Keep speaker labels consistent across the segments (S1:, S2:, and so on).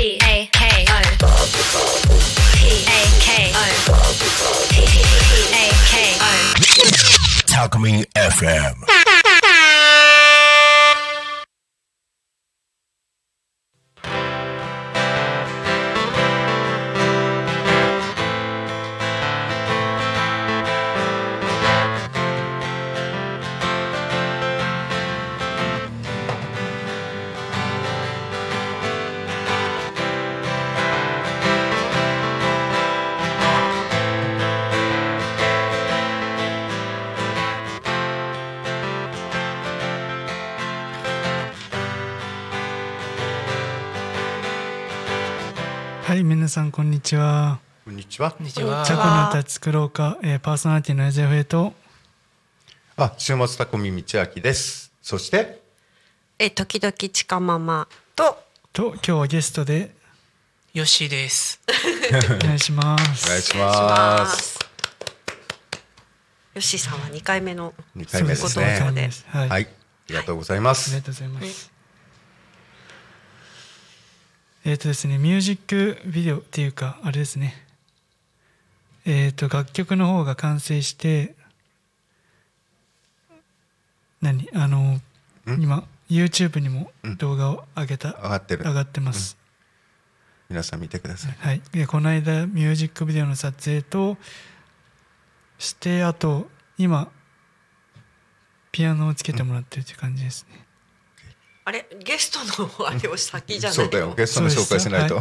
S1: Talkme FM。
S2: はい、皆さんこんにちは。
S3: こんにちは。
S2: チャコの歌作ろうか、パーソナリティのエゼフェと
S3: 週末タコミ道明です。そして
S4: 時々ちかママと
S2: 今日はゲストで
S5: よしです。
S2: お願いします。
S3: お願いします。
S4: よしさんは2回目の
S3: 2回目です
S4: ご登場で、
S2: はい、
S3: はい、ありがとうございます。
S2: ありがとうございます。ですね、ミュージックビデオっていうかあれですね、楽曲の方が完成して今 YouTube にも動画を上がってます、
S3: 皆さん見てください。
S2: はい、でこの間ミュージックビデオの撮影として、あと今ピアノをつけてもらってるって感じですね。
S4: あれゲストのあれを先じゃないの？
S3: そうだよ、ゲストの紹介しないと。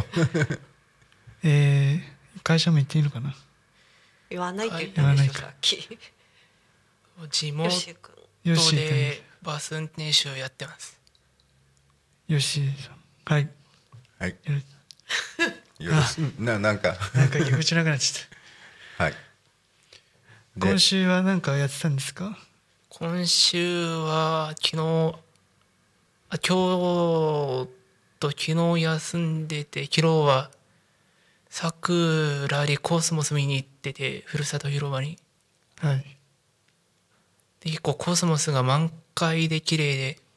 S2: 会社も言っていいのかな。
S4: 言わないって言ったでしょ、さっき。
S5: 地元でバス運転手をやってます。
S2: よしさん、はい
S3: はい、よろしなんか
S2: ぎこちなくなっちゃった
S3: はい。
S2: 今週は何かやってたんですか？
S5: 今週は今日と昨日休んでて、昨日は桜でコスモス見に行ってて、ふるさと広場に。
S2: はい。
S5: で結構コスモスが満開で綺麗で、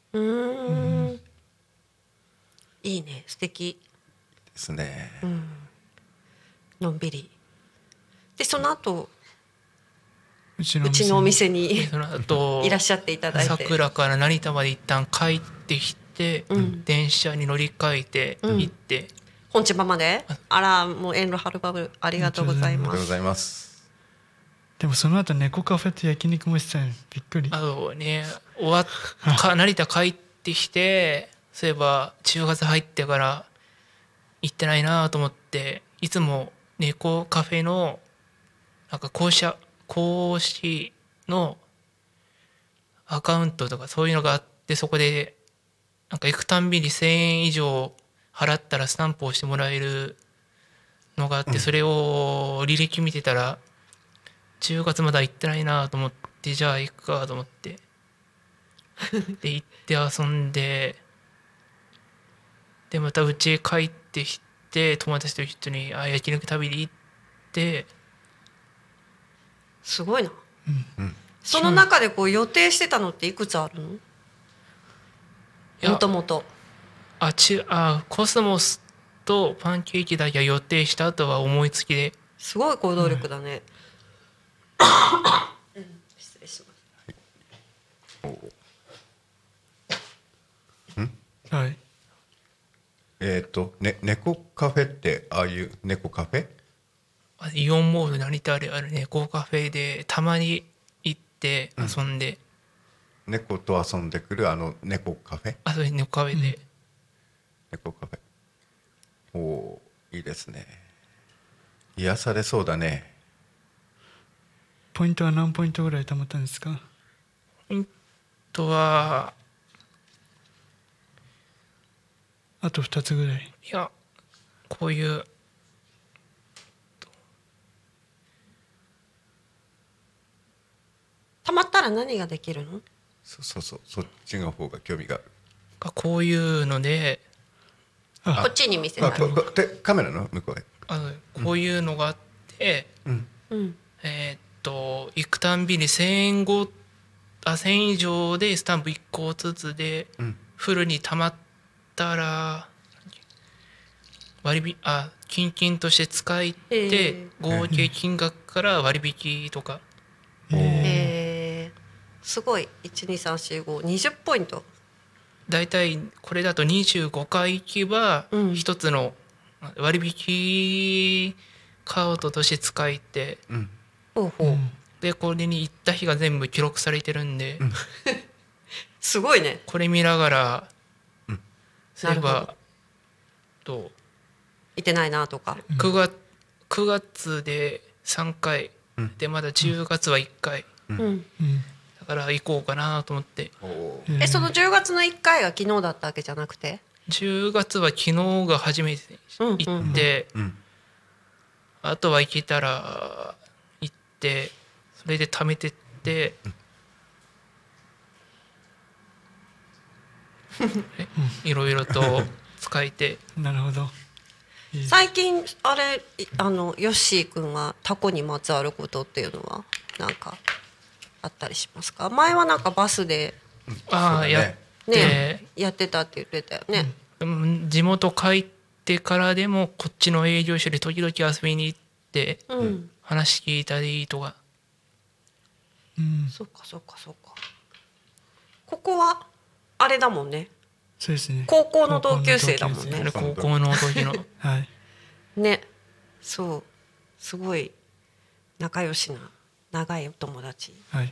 S4: いいね、素敵
S3: ですね。
S4: のんびり。でその後
S2: うち
S4: のお店に
S5: その後
S4: いらっしゃっていただいて、
S5: 桜から成田まで一旦帰ってきて、電車に乗り換えて行って、
S4: 本千葉まで。あら、もう遠路はるばる、ありがとうございます。
S3: ありがとうございます。
S2: でもその後猫カフェと焼肉もしてたよ。びっくり。
S5: 成田帰ってきて、そういえば10月入ってから行ってないなと思って、いつも猫カフェのなんか公式のアカウントとかそういうのがあって、そこでなんか行くたんびに1000円以上払ったらスタンプをしてもらえるのがあって、それを履歴見てたら10月まだ行ってないなと思って、じゃあ行くかと思ってで行って遊んで、でまた家へ帰ってきて友達と一緒に焼肉食べに行って。
S4: すごいな、その中でこう予定してたのっていくつあるの？もともと
S5: コスモスとパンケーキだけは予定した。後は思いつきで。
S4: すごい行動力だね、失礼します。
S2: はい。
S3: 猫カフェってああいう猫カフェ？
S5: イオンモール成田である猫カフェでたまに行って遊んで、
S3: 猫と遊んでくる猫カフェ？
S5: そういう猫カフェで、
S3: 猫カフェ。おー、いいですね。癒されそうだね。
S2: ポイントは何ポイントぐらい貯まったんですか？
S5: ポイントは
S2: あと2つぐらい。
S5: いや、こういう
S4: たまったら何ができるの？
S3: そっちの方が興味がある。
S5: こういうので、
S4: こっちに見せたい。
S3: カメラの向こうへ。
S5: こういうのがあって、行くたんびに1000以上でスタンプ1個ずつで、フルにたまったら金金として使えて、合計金額から割引とか、
S4: すごい。1234520ポイント。
S5: だいたいこれだと25回行けば一つの割引カードとして使えて、
S4: ほうほう。
S5: でこれに行った日が全部記録されてるんで、
S4: すごいね。
S5: これ見ながら、そういえば
S4: 行ってないなとか。
S5: 9月で3回、でまだ10月は1回、だから行こうかなと思って。
S4: その10月の1回が昨日だったわけじゃなくて、
S5: 10月は昨日が初めて行って、あとは行けたら行って、それで貯めてって、いろいろと使えて。
S2: なるほど。
S4: 最近あれヨッシー君はタコにまつわることっていうのはなんかあったりしますか？前はなんかバスで
S5: や
S4: ってたって言ってたよね。
S5: 地元帰ってからでもこっちの営業所で時々遊びに行って、話聞いたりとか。
S4: そっか。ここはあれだもんね。
S2: そうですね。
S4: 高校の同級生だもんね。
S5: 高校の時の
S2: はい
S4: ね、そうすごい仲良しな長いお友達。
S2: はい。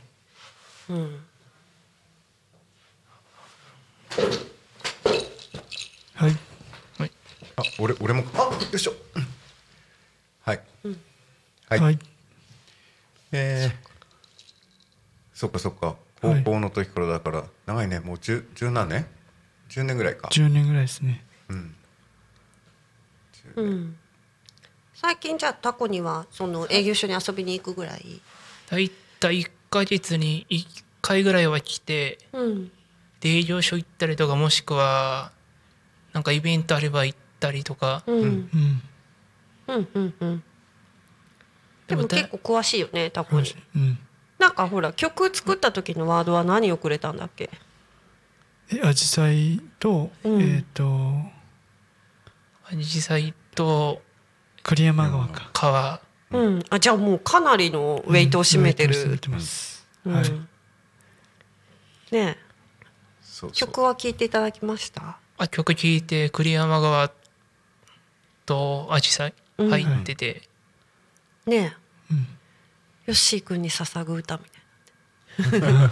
S2: はい。
S3: 俺もよいしょ。はい
S2: はい。
S3: そっか高校の時からだから長いね。もう十何年？10年ぐらいか。
S2: 10年ぐらいですね。
S4: 最近じゃあタコにはその営業所に遊びに行くぐらい？
S5: だいたい1ヶ月に1回ぐらいは来て、で営業所行ったりとか、もしくはなんかイベントあれば行ったりとか。
S4: でも結構詳しいよねタコに。なんかほら曲作った時のワードは何をくれたんだっけ？
S2: アジサイと
S5: アジサイと
S2: 栗山川か。
S5: 川。
S4: じゃあもうかなりのウェイトを占めてる。ねえ。曲は聴いていただきました？
S5: 曲聴いて栗山川とアジサイ入ってて。
S4: ねえ。ヨッシー君に捧ぐ歌みたいな。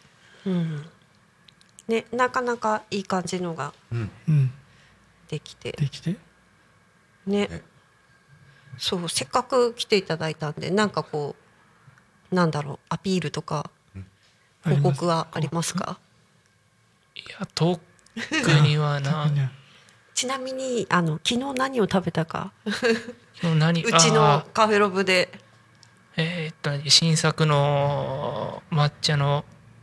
S4: ね、なかなかいい感じのができて。ね。そうせっかく来ていただいたんで、なんかこうなんだろう、アピールとか報告はありますか？
S5: いや特にはな。
S4: ちなみに昨日何を食べたか。うちのカフェロブで
S5: 新作の抹茶の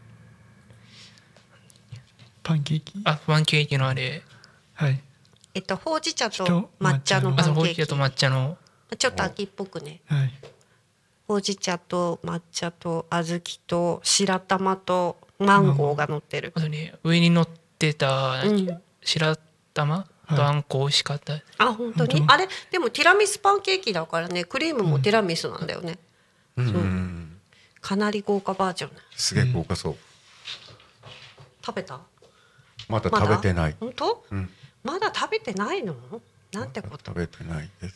S2: パンケーキ
S5: のあれ。
S4: ほうじ茶と抹茶のパンケーキ。
S5: ほうじ茶と抹茶の
S4: ちょっと秋っぽくね。ほうじ茶と抹茶と小豆と白玉とマンゴーが乗ってる。
S5: 上に乗ってた白玉とあんこ美味しかった。
S4: 本当に？あれでもティラミスパンケーキだからね、クリームもティラミスなんだよね。かなり豪華バージョン。
S3: すげえ豪華そう。
S4: 食べた？
S3: まだ食べてない。
S4: 本当？まだ食べてないの？なんてこと。
S3: 食べてないです。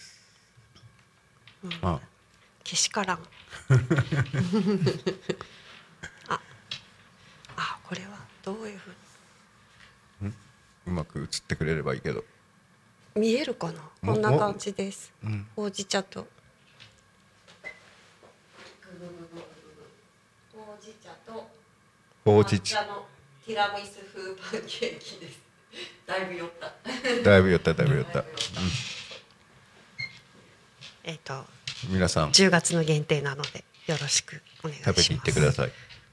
S4: けしからん。これはどういうふうに
S3: うまく映ってくれればいいけど。
S4: 見えるかな？こんな感じです。ほうじ茶と抹茶のティラミス風パンケーキです。だいぶ酔った。
S3: 皆さん
S4: 10月の限定なのでよろしくお願いします。
S3: 食べに行ってください。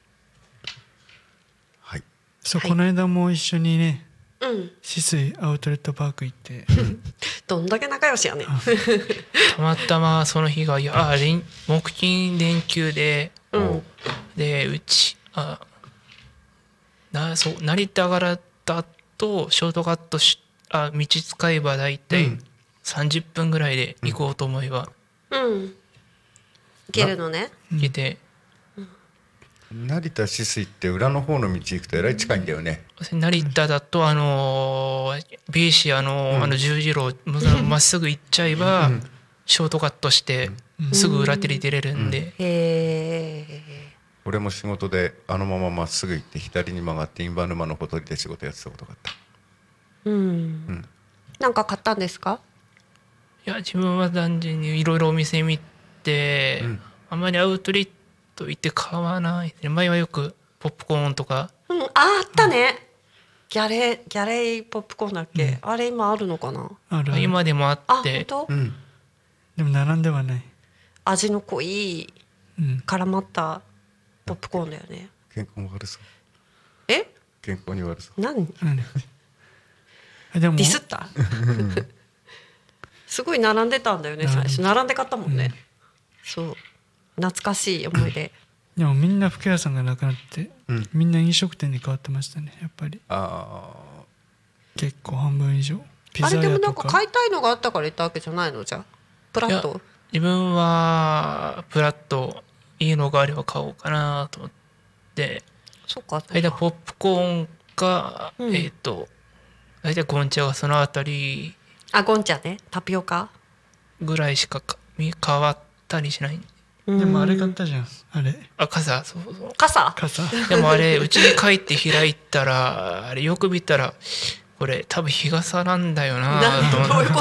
S3: はい。
S2: そう、この間も一緒にね、酒々井アウトレットパーク行って。
S4: どんだけ仲良しやね。
S5: たまたまその日が木金連休で、でうち成田からだとショートカット道使えば大体 30分ぐらいで行こうと思えば、
S4: 行けるのね。
S5: 行けて、
S3: 成田止水って裏の方の道行くとえらい近いんだよね。
S5: 成田だとビーシ十字路まっすぐ行っちゃえば、ショートカットしてすぐ裏手に出れるんで、
S4: へえ。
S3: 俺も仕事でまままっすぐ行って左に曲がって印旛沼のほとりで仕事やってたことがあった。
S4: なんか買ったんですか？
S5: いや自分は単純にいろいろお店見て、あんまりアウトレット行って買わない。前はよくポップコーンとか、
S4: あったね。ギャレイポップコーンだっけ、あれ今あるのかな？
S2: ある
S5: 今でもあって、
S4: 本当？
S2: でも並んではない。
S4: 味の濃い絡まったポップコーンだよね。
S3: 健康も悪そう。
S4: え？
S3: 健康に悪そう。
S4: 何？
S2: でも
S4: ディスった？すごい並んでたんだよね。最初並んで買ったもんね。そう懐かしい思い出。
S2: でもみんな服屋さんがなくなって、みんな飲食店に変わってましたねやっぱり。結構半分以上。ピザ屋とか。
S4: あれでもなんか買いたいのがあったから行ったわけじゃないの？じゃあプラット？
S5: 自分はプラットいいのがあれば買おうかなと思って。
S4: そうか。
S5: 大体ポップコーンか、大体ゴンチャがそのあたり
S4: ゴンチャね、タピオカ
S5: ぐらいしか変わったりしない。
S2: でもあれ買ったじゃん、あれ。
S5: 傘。そう
S4: 傘
S5: でもあれうちに帰って開いたらあれよく見たらこれ多分日傘なんだよなと思って。
S4: どういうこと？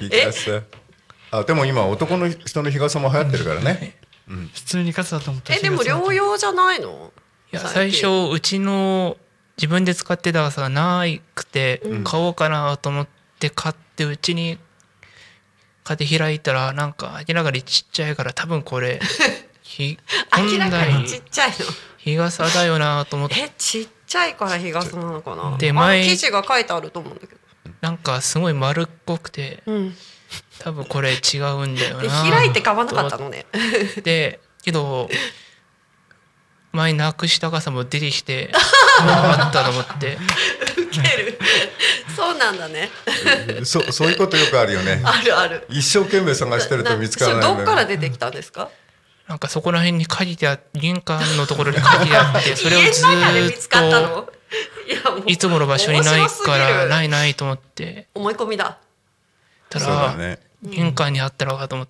S3: 日傘。でも今男の人の日傘も流行ってるからね。
S2: 普通に傘だと思ったら。
S4: でも療養じゃないの？
S5: いや最初うちの自分で使ってた傘がなくて、買おうかなと思って買ってうちに買って開いたらなんか明らかにちっちゃいから多分これ
S4: 明らかにちっちゃいの
S5: 日傘だよなと思って。
S4: ちっちゃいから日傘なのかな。
S5: で
S4: 記事が書いてあると思うんだけど
S5: なんかすごい丸っこくて、多分これ違うんだよな。
S4: 開いて買わなかったのね。
S5: でけど前なくした傘も出てきてあったと思って
S4: ウケる。そうなんだね。
S3: そういうことよくあるよね。
S4: あるある。
S3: 一生懸命探してると見つからないのよ。
S4: どっから出てきたんですか？
S5: なんかそこら辺に書いてあって玄関のところに書いてあってそれをずっといつもの場所にないからないと思って
S4: 思い込みだ。
S5: たら玄関にあったのかと思って。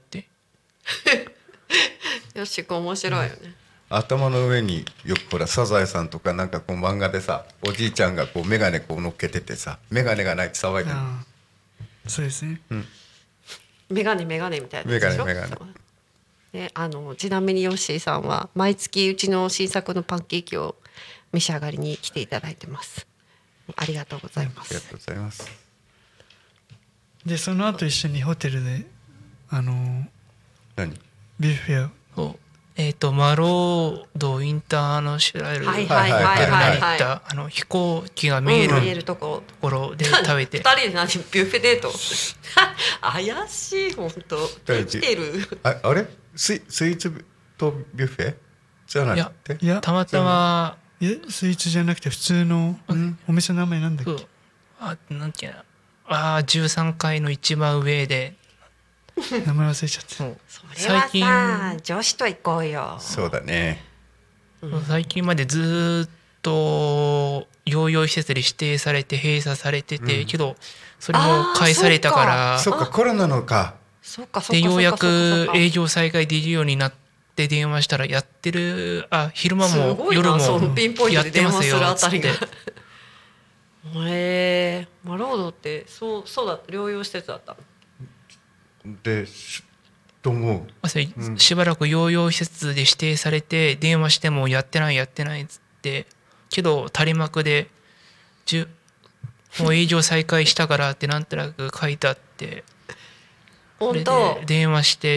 S4: よしこ面白いよね。
S3: 頭の上によくほらサザエさんとかなんかこう漫画でさおじいちゃんがこう眼鏡こう乗っけててさ眼鏡がないって騒いでる。
S2: そうですね。
S4: 眼鏡みたいなやつでしょ。
S3: 眼鏡。
S4: ね、ちなみにヨッシーさんは毎月うちの新作のパンケーキを召し上がりに来ていただいてます。ありがとうございます。
S3: ありがとうございます。
S2: でその後一緒にホテルで
S3: 何？
S2: ビュッフェを。
S5: マロードインターナショナルに行った飛行機が見えるところで食べて、
S4: 2人で何ビュッフェデート怪しい本当生きてる。
S3: あれスイーツとビュッフェじゃなくて、
S5: いやたまたま
S2: スイーツじゃなくて普通のお店の名前なんだっけ？
S5: なんていうの13階の一番上で
S2: 名前忘れちゃった。
S4: それはさ女子と行こうよ。
S3: そうだね。
S5: 最近までずっと療養施設で指定されて閉鎖されてて、けどそれも返されたから、
S3: そうかコロナのか。
S5: でようやく営業再開できるようになって電話したらやってる昼間も夜もやってますよっつって。
S4: マロードってそうだった療養施設だったの
S3: でと思
S5: う。しばらく療養施設で指定されて電話してもやってないっつってけど垂れ幕でもう営業再開したからってなんとなく書いてあって
S4: 本当
S5: 電話して、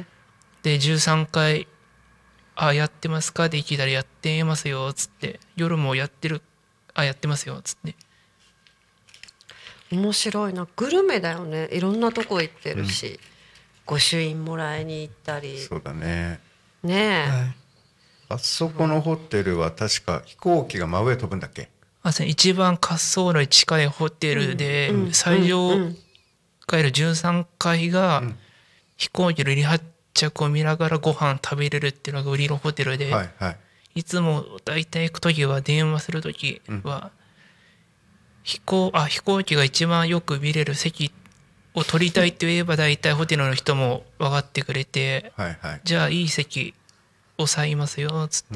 S5: で13回やってますかで聞いたらやってますよっつって夜もやってますよっつって。
S4: 面白いな。グルメだよね。いろんなとこ行ってるし、御朱印もらいに行ったり。
S3: そうだね。
S4: ねえ、
S3: あそこのホテルは確か飛行機が真上飛ぶんだっけ？
S5: 一番滑走路に近いホテルで、最上階の13階が飛行機の離発着を見ながらご飯食べれるっていうのが売りのホテルで、いつも大体行く時は電話する時は、飛行機が一番よく見れる席を取りたいって言えば大体ホテルの人も分かってくれて、じゃあいい席押さえますよっつって、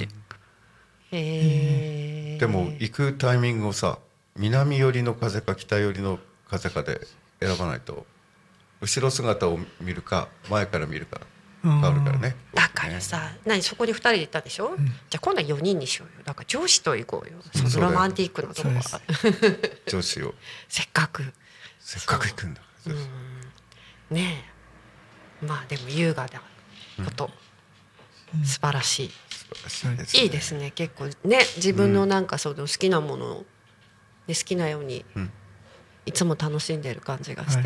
S3: でも行くタイミングをさ、南寄りの風か北寄りの風かで選ばないと、後ろ姿を見るか前から見るか変わるからね。
S4: だからさ、そこに2人で行ったでしょ、じゃあ今度は4人にしようよ。だから上司と行こうよ。そのロマンティックなとこが
S3: 上司を
S4: せっかく
S3: 行くんだ
S4: ねえ。まあでも優雅なこと、素晴らしい、いいですね。結構ね、自分のなんかその好きなものを、好きなようにいつも楽しんでる感じがして、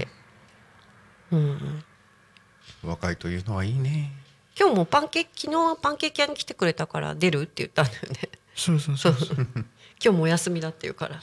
S3: 若いというのはいいね。
S4: 今日も昨日パンケーキ屋に来てくれたから出るって言ったんだよね。
S2: そう
S4: 今日もお休みだって言うから。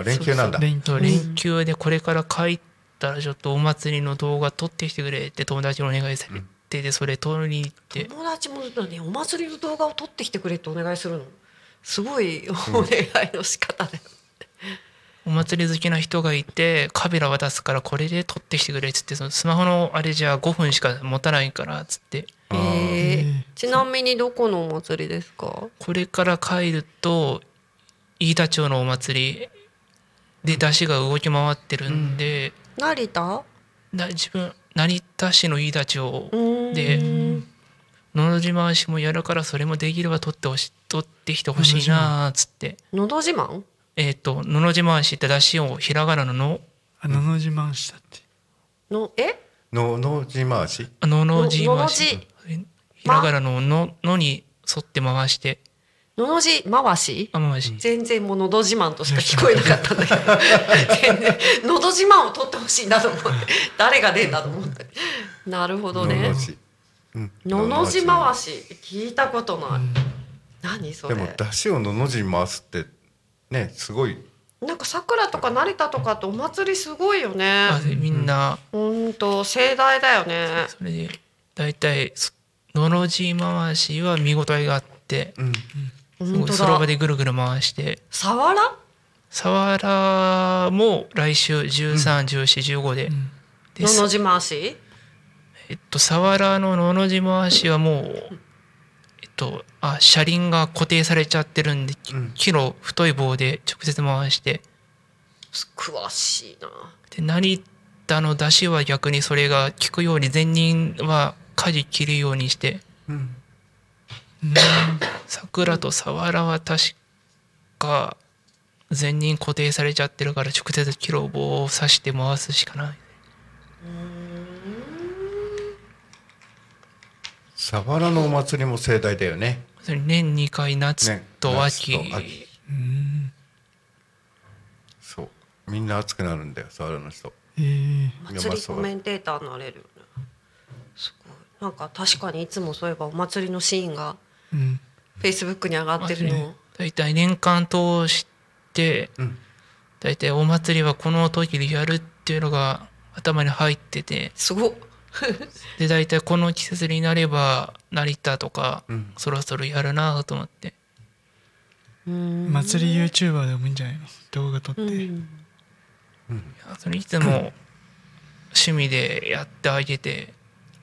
S3: 連休なんだ。
S5: 連休でこれから帰ったらちょっとお祭りの動画撮ってきてくれって友達にお願いされて、でそれ撮りに行って、
S4: 友達もね、お祭りの動画を撮ってきてくれってお願いするのすごいお願いの仕方だよ、
S5: お祭り好きな人がいてカメラ渡すからこれで撮ってきてくれっつって、そのスマホのあれじゃ5分しか持たないからっつって。
S4: ちなみにどこのお祭りですか？
S5: これから帰ると飯田町のお祭りで出汁が動き回ってるんで、
S4: 成田
S5: 市の飯田町でのど自慢しもやるから、それもできれば撮ってきてほしいなっつって。
S4: のど自慢？
S5: のど自慢しって出汁をひらがなのの
S2: の自慢したって
S3: のの字回し、
S5: のの字回し、ひらがなののに沿って回して、
S4: のの字回し？
S5: 回し。
S4: 全然もうのど自慢としか聞こえなかったんだけど全然のど自慢を取ってほしいなと思って誰が出んだと思ってなるほどね。のの字回し聞いたことない、何それ。
S3: でも出汁をのの字に回すってね、すごい。
S4: なんか桜とか成田とかってお祭りすごいよね。
S5: みんな
S4: 盛大だよね。
S5: それで大体のの字回しは見応えがあって、すごいその場でぐるぐる回して。
S4: さわ
S5: らも来週13、14、15で、
S4: のの字回し？
S5: さわらののの字回しはもう車輪が固定されちゃってるんで、キロ太い棒で直接回して。
S4: 詳しいな。
S5: で成田の出汁は逆にそれが効くように前任は舵切るようにして、桜とさわらは確か前任固定されちゃってるから直接キロ棒を刺して回すしかない。
S3: さわらのお祭りも盛大だよね。
S5: 年2回夏と秋、
S3: そうみんな熱くなるんだよ、さわらの人。
S4: 祭りコメンテーターになれるよね。すごい。なんか確かにいつもそういえばお祭りのシーンがフェイスブックに上がってるの。
S5: だいたい年間通してだいたいお祭りはこの時でやるっていうのが頭に入ってて、
S4: すごっ
S5: で大体この季節になれば成田とかそろそろやるなと思って。
S2: 祭り YouTuber でもいいんじゃないの、動画撮って。
S5: それいつも趣味でやってあげて。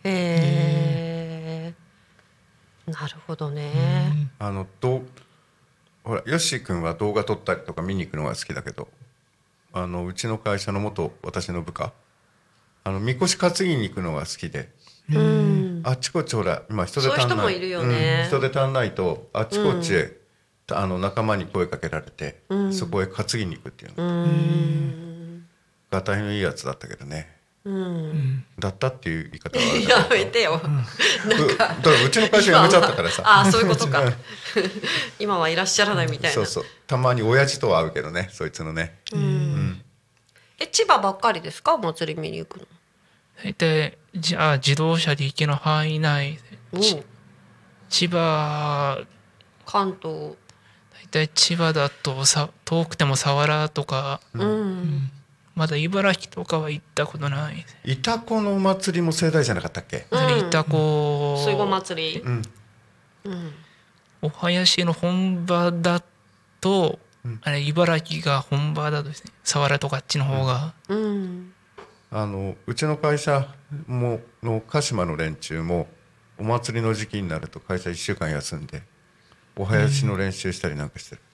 S4: なるほどね。
S3: ほらヨッシー君は動画撮ったりとか見に行くのが好きだけど、うちの会社の私の部下、みこし担ぎに行くのが好きで、あっちこっちほら今人手足んない、
S4: そういう人もいるよね。
S3: 人手足んないとあっちこっちへ、仲間に声かけられて、そこへ担ぎに行くっていうのが大変いいやつだったけどね。だったっていう言い方はあれだけど
S4: やめてよ、なんか
S3: だからうちの会社辞めちゃったからさ
S4: そういうことか今はいらっしゃらないみたいな。
S3: そうたまに親父とは会うけどね、そいつのね。
S4: 千葉ばっかりですか、お祭り見に行くの？
S5: 大体自動車で行ける範囲内で、千葉
S4: 関東
S5: 大大体千葉だと遠くても佐原とか、まだ茨城とかは行ったことないです。
S3: 潮来のお祭りも盛大じゃなかったっけ？
S5: 潮来
S4: 水郷祭り、
S5: お囃子の本場だと、あれ茨城が本場だとですね、佐原とかあっちの方が、
S3: うちの会社の鹿島の連中もお祭りの時期になると会社1週間休んでお囃子の練習したりなんかしてる。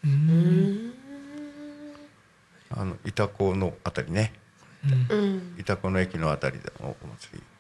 S3: 潮来のあたりね、潮来の駅のあたりでのお祭り。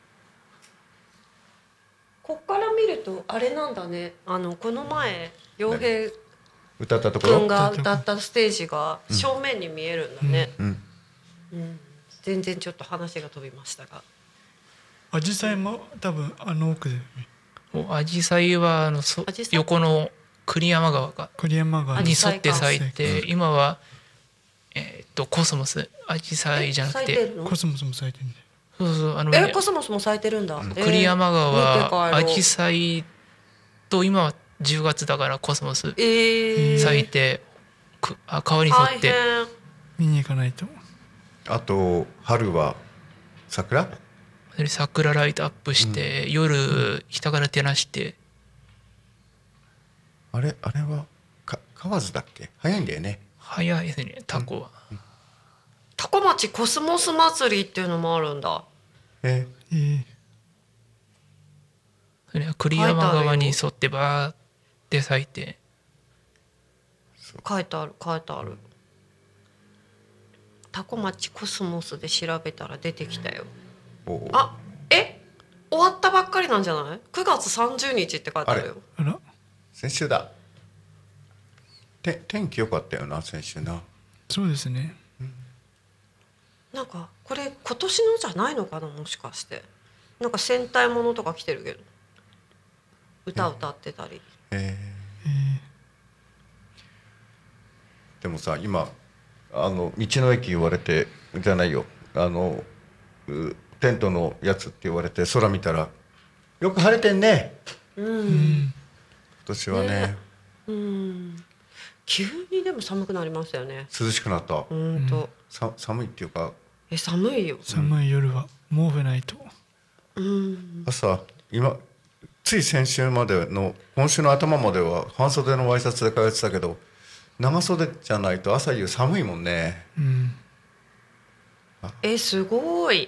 S4: こっから見るとあれなんだね。この前陽平
S3: 歌ったところ
S4: 君が歌ったステージが正面に見えるんだね。全然ちょっと話が飛びましたが、
S2: アジサイも多分奥で、
S5: アジサイは横の栗山川に沿って咲いて、今はコスモス、アジサイじゃなくて
S2: コスモスも咲いてるんで。
S4: そうコスモスも咲いてるんだ。
S5: 栗山川はアジサイと今は10月だからコスモス咲いて、川に沿って
S2: 見に行かないと。
S3: あと春は桜
S5: ライトアップして、夜下から照らして。
S3: あれは河津だっけ？早いんだよね。
S5: 早いですね、タコは。
S4: タコ町コスモス祭りっていうのもあるんだ。
S5: それは栗山川に沿ってバーって咲いて。
S4: 書いてある。タコ町コスモスで調べたら出てきたよ。終わったばっかりなんじゃない？ 9 月30日って書いてあるよ。
S2: あら、
S3: 先週だ。天気良かったよな、先週な。
S2: そうですね。
S4: なんかこれ今年のじゃないのかな、もしかして。なんか戦隊ものとか来てるけど、歌ってたり。
S3: でもさ、今道の駅言われてじゃないよ、テントのやつって言われて空見たらよく晴れてんね。今年はね。
S4: 急にでも寒くなりましたよね。
S3: 涼しくなった。寒いっていうか、
S4: 寒いよ。
S2: 寒い夜は毛布ないと。
S3: 朝つい先週までの今週の頭までは半袖のワイシャツで通ってたけど、長袖じゃないと朝夕寒いもんね。
S4: すごい。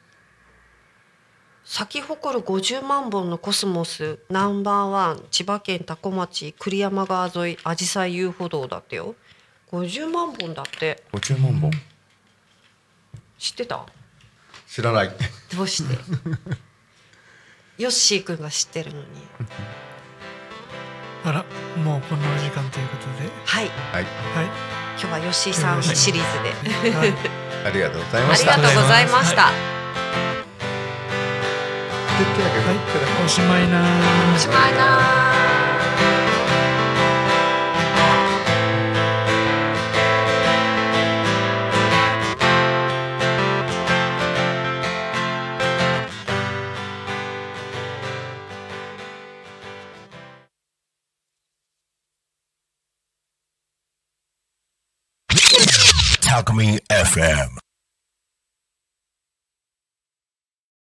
S4: 咲き誇る50万本のコスモスナンバー1、千葉県多古町栗山川沿いあじさい遊歩道だってよ。50万本だって。
S3: 50万本。
S4: 知ってた？
S3: 知らない。
S4: どうして？ヨッシーくんが知ってるのに。
S2: あら、もうこんなお時間ということで。
S4: はい。今日はヨッシーさんシリーズで。
S3: ありがとうございました。
S4: ありがとうございました。
S2: おしまいな。
S4: おしまいな。
S1: Talk Me FM